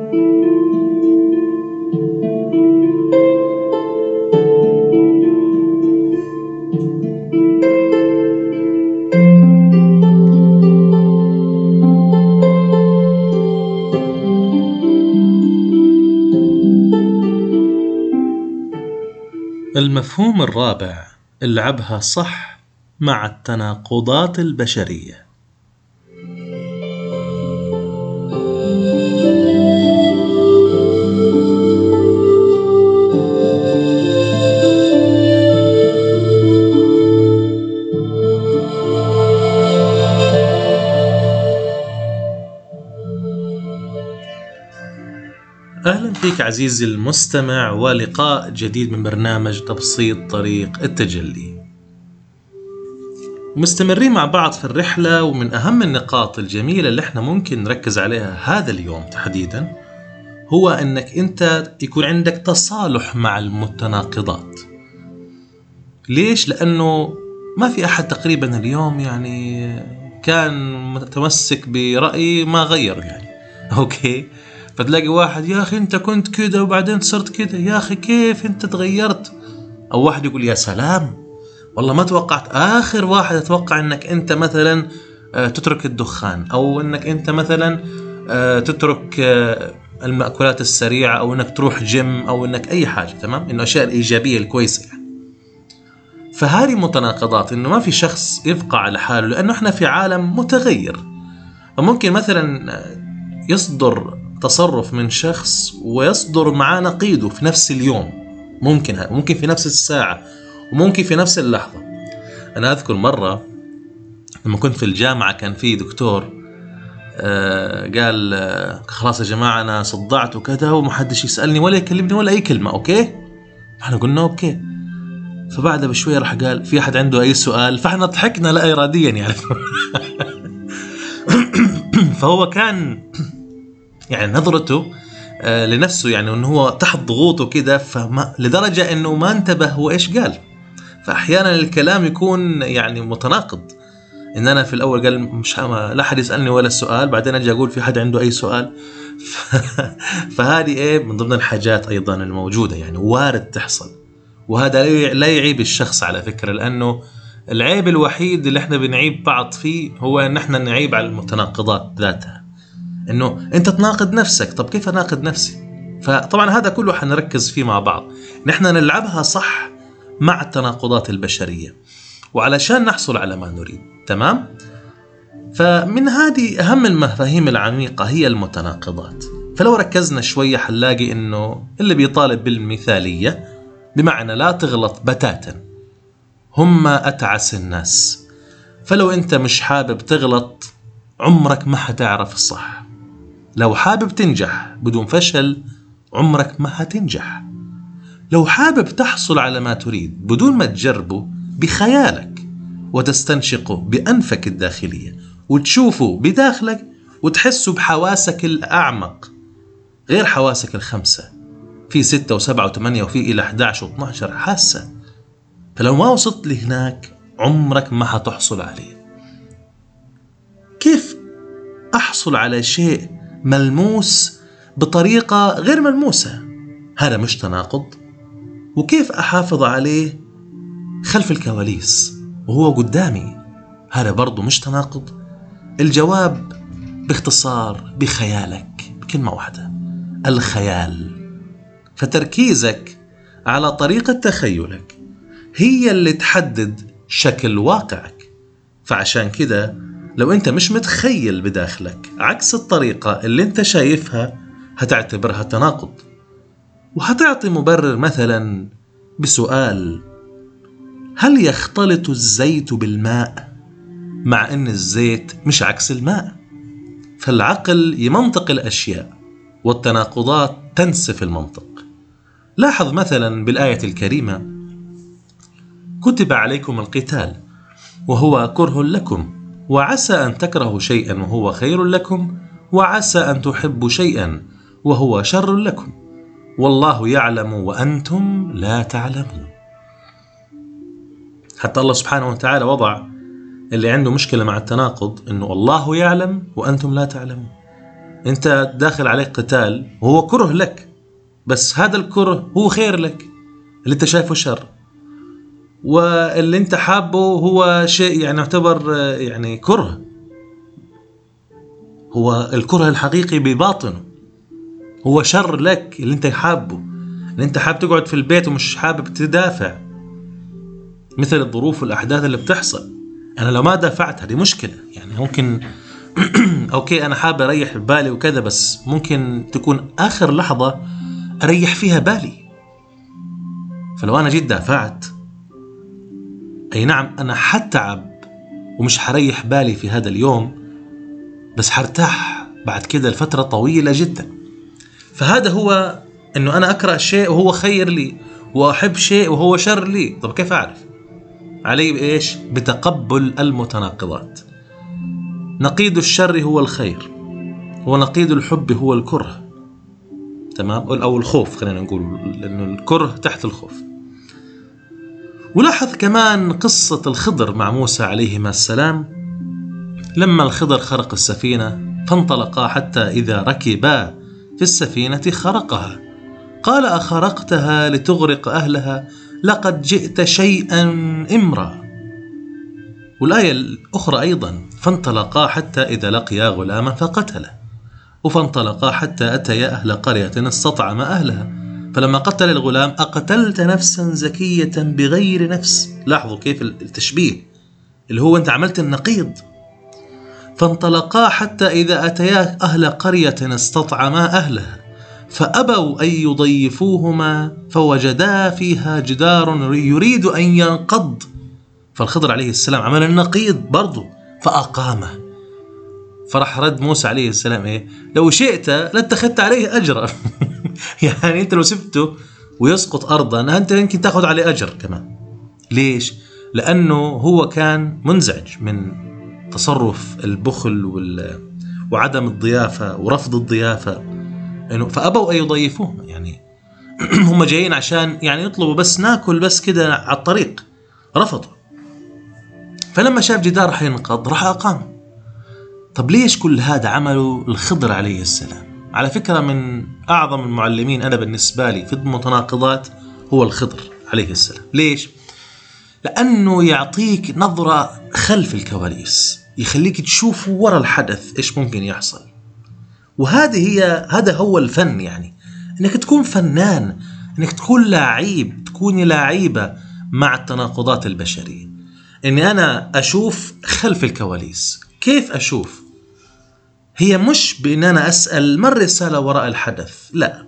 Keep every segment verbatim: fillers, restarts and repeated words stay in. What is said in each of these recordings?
المفهوم الرابع: العبها صح مع التناقضات البشرية. أهلا فيك عزيزي المستمع، ولقاء جديد من برنامج تبسيط طريق التجلي. مستمرين مع بعض في الرحلة، ومن أهم النقاط الجميلة اللي احنا ممكن نركز عليها هذا اليوم تحديدا هو أنك أنت يكون عندك تصالح مع المتناقضات. ليش؟ لأنه ما في أحد تقريبا اليوم يعني كان متمسك برأي ما غيره يعني. أوكي، فتلاقي واحد يا أخي أنت كنت كده وبعدين صرت كده، يا أخي كيف أنت تغيرت؟ أو واحد يقول يا سلام والله ما توقعت، آخر واحد أتوقع أنك أنت مثلا تترك الدخان، أو أنك أنت مثلا تترك المأكولات السريعة، أو أنك تروح جيم، أو أنك أي حاجة. تمام، إنه أشياء الإيجابية الكويسة يعني. فهذه متناقضات، إنه ما في شخص يبقى على حاله، لأنه إحنا في عالم متغير. وممكن مثلا يصدر تصرف من شخص ويصدر معاه نقيضه في نفس اليوم، ممكن ممكن في نفس الساعة، وممكن في نفس اللحظة. أنا أذكر مرة لما كنت في الجامعة كان في دكتور آه قال آه خلاص يا جماعة أنا صدعت وكذا ومحدش يسألني ولا يكلمني ولا أي كلمة، أوكي؟ احنا قلنا أوكي. فبعد بشوية راح قال في أحد عنده أي سؤال، فاحنا ضحكنا لا إراديا يعني. فهو كان يعني نظرته آه لنفسه يعني انه هو تحت ضغوطه كده، فما لدرجة انه ما انتبه هو ايش قال. فاحيانا الكلام يكون يعني متناقض، ان انا في الاول قال مش لا حد يسألني ولا السؤال، بعدين اجي اقول في حد عنده اي سؤال. فهذه ايه من ضمن الحاجات ايضا الموجودة يعني، وارد تحصل. وهذا لا يعيب الشخص على فكرة، لانه العيب الوحيد اللي احنا بنعيب بعض فيه هو ان احنا نعيب على المتناقضات ذاتها، انه انت تناقض نفسك. طب كيف اناقض نفسي؟ فطبعا هذا كله حنركز فيه مع بعض، نحن نلعبها صح مع التناقضات البشرية وعلشان نحصل على ما نريد. تمام؟ فمن هذه أهم المفاهيم العميقة هي المتناقضات. فلو ركزنا شوية حنلاقي انه اللي بيطالب بالمثالية، بمعنى لا تغلط بتاتا، هم أتعس الناس. فلو انت مش حابب تغلط عمرك ما حتعرف الصح. لو حابب تنجح بدون فشل عمرك ما هتنجح. لو حابب تحصل على ما تريد بدون ما تجربه بخيالك وتستنشقه بأنفك الداخلية وتشوفه بداخلك وتحسه بحواسك الأعمق غير حواسك الخمسة، في ستة وسبعة وثمانية وفي إلى أحد عشر واثني عشر حاسة. فلو ما وصلت لهناك عمرك ما هتحصل عليه. كيف أحصل على شيء ملموس بطريقة غير ملموسة؟ هذا مش تناقض. وكيف أحافظ عليه خلف الكواليس وهو قدامي؟ هذا برضو مش تناقض. الجواب باختصار بخيالك، بكلمة واحدة: الخيال. فتركيزك على طريقة تخيلك هي اللي تحدد شكل واقعك. فعشان كده لو انت مش متخيل بداخلك عكس الطريقة اللي انت شايفها هتعتبرها تناقض، وهتعطي مبرر مثلا بسؤال: هل يختلط الزيت بالماء؟ مع ان الزيت مش عكس الماء. فالعقل يمنطق الاشياء والتناقضات تنسف المنطق. لاحظ مثلا بالآية الكريمة: كتب عليكم القتال وهو كره لكم وعسى أن تكرهوا شيئا وهو خير لكم وعسى أن تحبوا شيئا وهو شر لكم والله يعلم وأنتم لا تعلمون. حتى الله سبحانه وتعالى وضع اللي عنده مشكلة مع التناقض إنه الله يعلم وأنتم لا تعلمون. انت داخل عليك قتال وهو كره لك، بس هذا الكره هو خير لك، اللي انت شايفه شر، واللي انت حابه هو شيء يعني يعتبر يعني كره، هو الكره الحقيقي بباطنه هو شر لك اللي انت حابه، اللي انت حابب تقعد في البيت ومش حابب تدافع، مثل الظروف والأحداث اللي بتحصل. أنا لو ما دافعت هذه مشكلة، يعني ممكن أوكي أنا حابب أريح بالي وكذا، بس ممكن تكون آخر لحظة أريح فيها بالي. فلو أنا جيت دافعت، أي نعم أنا حتعب ومش حريح بالي في هذا اليوم، بس حرتاح بعد كده لفترة طويلة جدا. فهذا هو أنه أنا أكره شيء وهو خير لي، وأحب شيء وهو شر لي. طب كيف أعرف؟ علي بإيش؟ بتقبل المتناقضات. نقيض الشر هو الخير، ونقيض الحب هو الكره، تمام؟ أو الخوف، خلينا نقول، لأنه الكره تحت الخوف. ولاحظ كمان قصة الخضر مع موسى عليهما السلام، لما الخضر خرق السفينة فانطلقا حتى إذا ركبا في السفينة خرقها، قال أخرقتها لتغرق أهلها لقد جئت شيئا إمرا. والآية الأخرى أيضا فانطلقا حتى إذا لقيا غلاما فقتله، وفانطلقا حتى أتيا أهل قرية استطعما أهلها فلما قتل الغلام أقتلت نفسا زكية بغير نفس. لاحظوا كيف التشبيه اللي هو أنت عملت النقيض. فانطلقا حتى إذا أتيا أهل قرية استطعما أهلها فأبوا أن يضيفوهما فوجدا فيها جدار يريد أن ينقض، فالخضر عليه السلام عمل النقيض برضو فأقامه. فرح رد موسى عليه السلام إيه؟ لو شئت لاتخذت عليه أجرا. يعني أنت لو سبته ويسقط أرضا أنت يمكن تأخذ عليه أجر كمان. ليش؟ لأنه هو كان منزعج من تصرف البخل وال... وعدم الضيافة ورفض الضيافة، إنه فأبوا أن يضيفوه. يعني هم جايين عشان يعني يطلبوا بس ناكل بس كده على الطريق، رفضوا. فلما شاف جدار راح ينقض راح أقام. طب ليش كل هذا عمله الخضر عليه السلام؟ على فكرة من أعظم المعلمين أنا بالنسبة لي في المتناقضات هو الخضر عليه السلام. ليش؟ لأنه يعطيك نظرة خلف الكواليس، يخليك تشوف ورا الحدث إيش ممكن يحصل. وهذه هي هذا هو الفن، يعني إنك تكون فنان، إنك تكون لاعب، تكوني لاعبة مع التناقضات البشرية. إني أنا أشوف خلف الكواليس. كيف أشوف؟ هي مش بإن أنا أسأل ما الرسالة وراء الحدث، لا،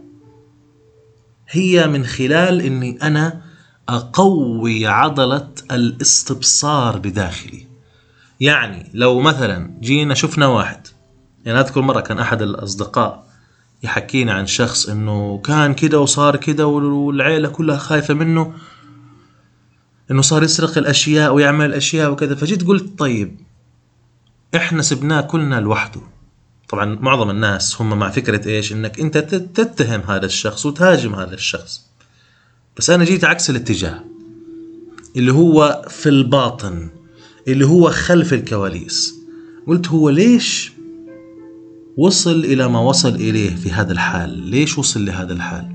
هي من خلال إني أنا أقوي عضلة الاستبصار بداخلي. يعني لو مثلا جينا شفنا واحد، يعني أذكر مرة كان أحد الأصدقاء يحكينا عن شخص إنه كان كده وصار كده والعيلة كلها خايفة منه، إنه صار يسرق الأشياء ويعمل الأشياء وكذا. فجيت قلت طيب إحنا سبناه كلنا لوحده. طبعا معظم الناس هم مع فكرة إيش؟ إنك أنت تتهم هذا الشخص وتهاجم هذا الشخص، بس أنا جيت عكس الاتجاه اللي هو في الباطن، اللي هو خلف الكواليس. قلت هو ليش وصل إلى ما وصل إليه في هذا الحال؟ ليش وصل لهذا الحال؟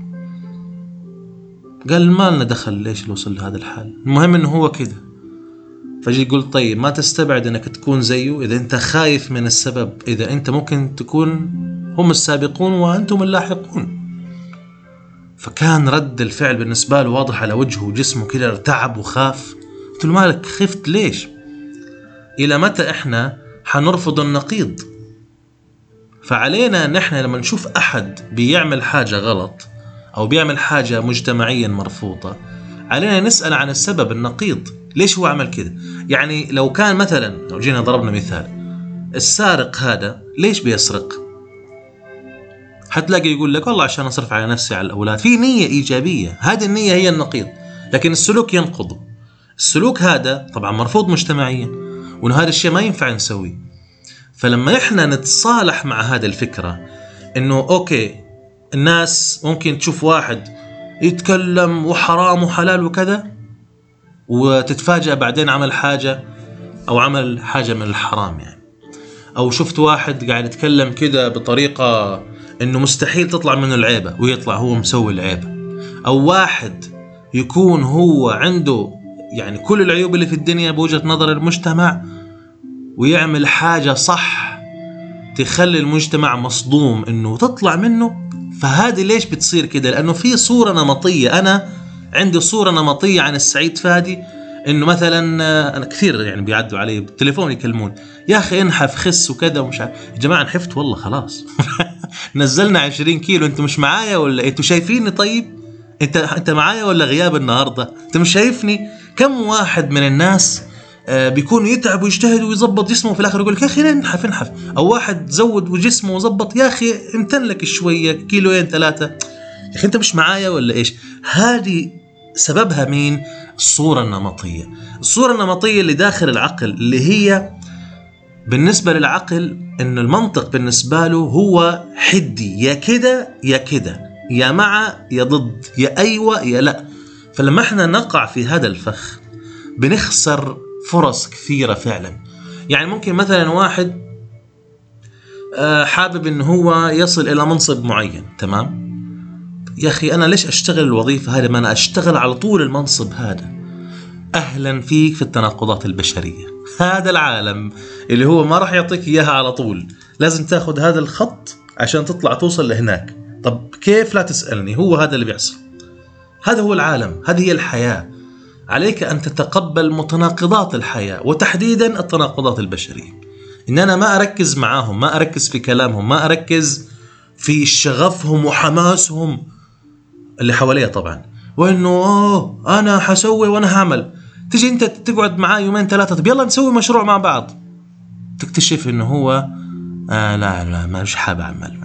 قال ما لنا دخل ليش وصل لهذا الحال، المهم إنه هو كده. فجي قلت طيب ما تستبعد إنك تكون زيه إذا أنت خايف من السبب، إذا أنت ممكن تكون هم السابقون وأنتم اللاحقون. فكان رد الفعل بالنسبة له واضح على وجهه وجسمه كده، ارتعب وخاف. قلت له مالك خفت ليش؟ إلى متى إحنا حنرفض النقيض؟ فعلينا ان احنا لما نشوف احد بيعمل حاجة غلط او بيعمل حاجة مجتمعيا مرفوضة، علينا نسأل عن السبب النقيض، ليش هو عمل كده؟ يعني لو كان مثلا، لو جينا ضربنا مثال، السارق هذا ليش بيسرق؟ حتلاقي يقول لك والله عشان اصرف على نفسي على الاولاد، في نية ايجابية، هذه النية هي النقيض. لكن السلوك ينقضه. السلوك هذا طبعا مرفوض مجتمعيا، وانه هذا الشيء ما ينفع نسويه. فلما احنا نتصالح مع هذه الفكرة انه اوكي الناس ممكن تشوف واحد يتكلم وحرام وحلال وكذا، وتتفاجأ بعدين عمل حاجة او عمل حاجة من الحرام يعني، أو شفت واحد قاعد يتكلم كده بطريقة إنه مستحيل تطلع منه العيبة ويطلع هو مسوي العيبة، أو واحد يكون هو عنده يعني كل العيوب اللي في الدنيا بوجهة نظر المجتمع ويعمل حاجة صح تخلي المجتمع مصدوم إنه تطلع منه. فهذه ليش بتصير كده؟ لأنه في صورة نمطية. أنا عندي صورة نمطية عن السعيد فادي، إنه مثلا أنا كثير يعني بيعدوا علي بالتليفون يكلمون يا أخي انحف خس وكذا ومش عارف. يا جماعة نحفت والله خلاص نزلنا عشرين كيلو، أنتوا مش معايا ولا أنتوا شايفيني؟ طيب أنت أنت معايا ولا غياب النهاردة؟ أنت مش شايفني؟ كم واحد من الناس بيكون يتعب ويجتهد ويظبط جسمه وفي الآخر يقول لك يا أخي انحف انحف، أو واحد زود وجسمه وظبط يا أخي امتن لك شوية كيلوين ثلاثة، يا أخي أنت مش معايا ولا إيش؟ هذه سببها مين؟ الصورة النمطية. الصورة النمطية اللي داخل العقل، اللي هي بالنسبة للعقل إنه المنطق بالنسبة له هو حدي، يا كده يا كده، يا مع يا ضد، يا أيوة يا لا. فلما احنا نقع في هذا الفخ بنخسر فرص كثيرة فعلا. يعني ممكن مثلا واحد حابب إنه هو يصل إلى منصب معين، تمام؟ يا أخي أنا ليش أشتغل الوظيفة هذه؟ ما أنا أشتغل على طول المنصب هذا. أهلا فيك في التناقضات البشرية. هذا العالم اللي هو ما راح يعطيك إياها على طول، لازم تاخد هذا الخط عشان تطلع توصل لهناك. طب كيف؟ لا تسألني، هو هذا اللي بيحصل. هذا هو العالم، هذه هي الحياة. عليك أن تتقبل متناقضات الحياة، وتحديدا التناقضات البشرية. إن أنا ما أركز معاهم، ما أركز في كلامهم، ما أركز في شغفهم وحماسهم اللي حواليه طبعا، وإنه أوه أنا حسوي وأنا هعمل. تجي أنت تقعد معاه يومين ثلاثة، طب يلا نسوي مشروع مع بعض، تكتشف إنه هو آه لا لا ما مش حابب أعمل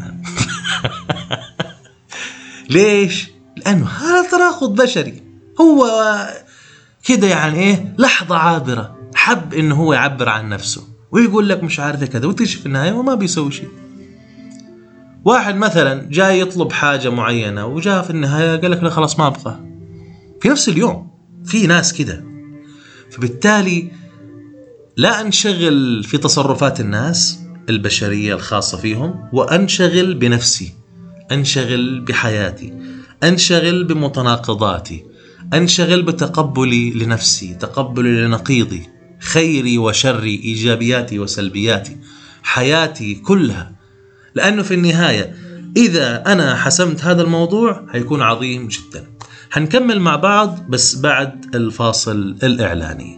ليش؟ لأنه هذا تناقض بشري. هو كده يعني إيه، لحظة عابرة حب إنه هو يعبر عن نفسه ويقول لك مش عارف كذا، وتكتشف في النهاية وما بيسوي شيء. واحد مثلا جاي يطلب حاجة معينة وجاء في النهاية قال لك لا خلاص ما أبغى في نفس اليوم. في ناس كده. فبالتالي لا أنشغل في تصرفات الناس البشرية الخاصة فيهم، وأنشغل بنفسي، أنشغل بحياتي، أنشغل بمتناقضاتي، أنشغل بتقبلي لنفسي، تقبلي لنقيضي، خيري وشري، إيجابياتي وسلبياتي، حياتي كلها. لأنه في النهاية إذا أنا حسمت هذا الموضوع هيكون عظيم جدا. هنكمل مع بعض بس بعد الفاصل الإعلاني.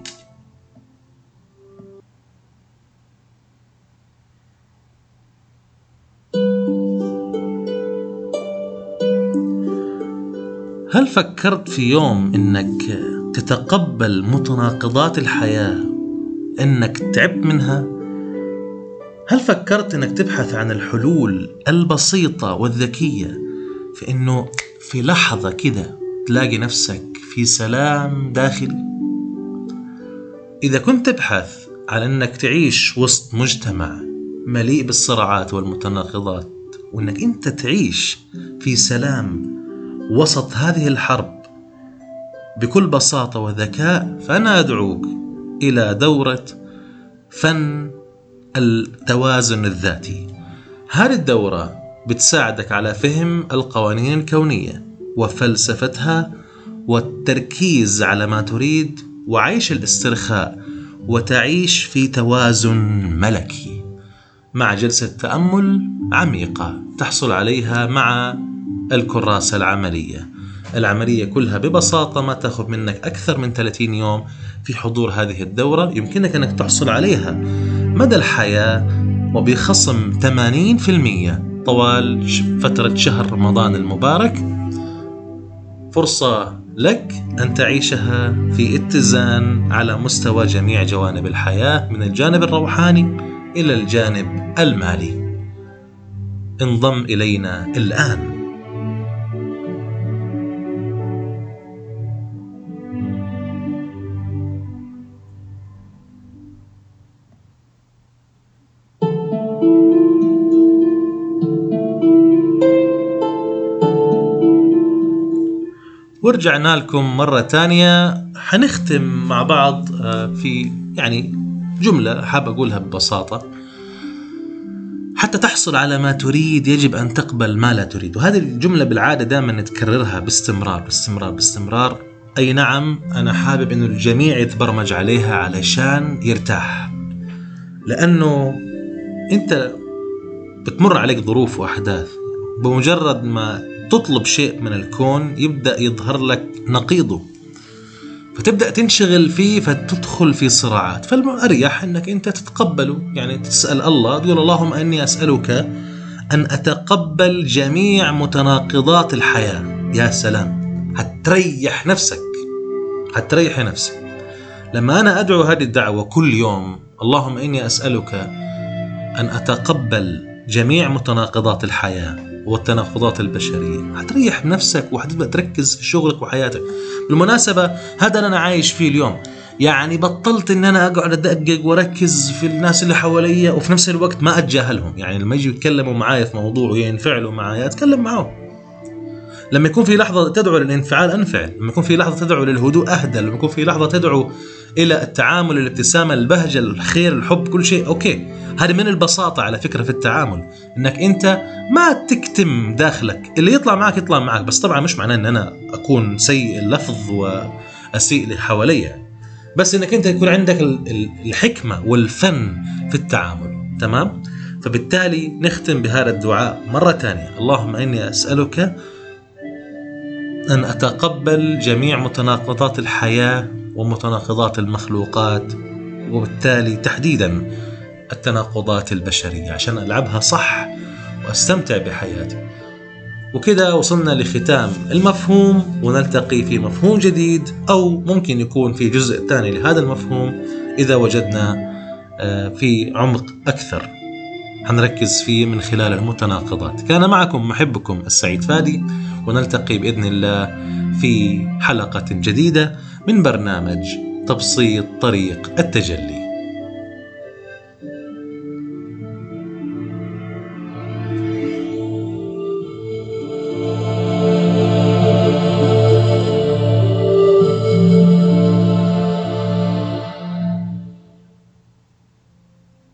هل فكرت في يوم إنك تتقبل متناقضات الحياة، إنك تعبت منها؟ هل فكرت إنك تبحث عن الحلول البسيطة والذكية في إنه في لحظة كده تلاقي نفسك في سلام داخلي؟ إذا كنت تبحث عن إنك تعيش وسط مجتمع مليء بالصراعات والمتناقضات، وإنك أنت تعيش في سلام وسط هذه الحرب بكل بساطة وذكاء، فأنا أدعوك إلى دورة فن التوازن الذاتي. هذه الدورة بتساعدك على فهم القوانين الكونية وفلسفتها، والتركيز على ما تريد، وعيش الاسترخاء، وتعيش في توازن ملكي، مع جلسة تأمل عميقة تحصل عليها مع الكراسة العملية. العملية كلها ببساطة ما تأخذ منك أكثر من ثلاثين يوم. في حضور هذه الدورة يمكنك أنك تحصل عليها مدى الحياة وبخصم ثمانين بالمئة طوال فترة شهر رمضان المبارك. فرصة لك أن تعيشها في اتزان على مستوى جميع جوانب الحياة، من الجانب الروحاني إلى الجانب المالي. انضم إلينا الآن. ورجعنا لكم مرة تانية. حنختم مع بعض في يعني جملة حاب أقولها ببساطة. حتى تحصل على ما تريد يجب أن تقبل ما لا تريد. وهذه الجملة بالعادة دائما نتكررها باستمرار باستمرار باستمرار. أي نعم، أنا حابب أنه الجميع يتبرمج عليها علشان يرتاح، لأنه أنت بتمر عليك ظروف وأحداث، بمجرد ما تطلب شيء من الكون يبدأ يظهر لك نقيضه، فتبدأ تنشغل فيه فتدخل في صراعات. فالأريح أنك أنت تتقبله، يعني تسأل الله، تقول اللهم أني أسألك أن أتقبل جميع متناقضات الحياة. يا سلام، هتريح نفسك هتريح نفسك لما أنا أدعو هذه الدعوة كل يوم، اللهم إني أسألك أن أتقبل جميع متناقضات الحياة والتناقضات البشرية. هتريح نفسك وهتبدأ تركز في شغلك وحياتك. بالمناسبة هذا اللي أنا عايش فيه اليوم، يعني بطلت إن أنا أقعد أدقق وأركز في الناس اللي حواليا وفي نفس الوقت ما أتجاهلهم. يعني لما يجوا يتكلموا معايا في موضوع وينفعلوا معايا أتكلم معهم. لما يكون في لحظة تدعو للانفعال أنفعل، لما يكون في لحظة تدعو للهدوء أهدى، لما يكون في لحظة تدعو إلى التعامل، الابتسامة، البهجة، الخير، الحب، كل شيء أوكي. هذه من البساطة على فكرة في التعامل، إنك أنت ما تكتم داخلك، اللي يطلع معك يطلع معك. بس طبعا مش معناه إن أنا أكون سيء اللفظ وأسيء اللي حواليا، بس إنك أنت يكون عندك الحكمة والفن في التعامل. تمام؟ فبالتالي نختم بهذا الدعاء مرة تانية، اللهم إني أسألك أن أتقبل جميع متناقضات الحياة ومتناقضات المخلوقات، وبالتالي تحديدا التناقضات البشرية، عشان ألعبها صح وأستمتع بحياتي. وكذا وصلنا لختام المفهوم، ونلتقي في مفهوم جديد، أو ممكن يكون في جزء ثاني لهذا المفهوم إذا وجدنا في عمق أكثر هنركز فيه من خلال المتناقضات. كان معكم محبكم السعيد فادي، ونلتقي بإذن الله في حلقة جديدة من برنامج تبسيط طريق التجلي.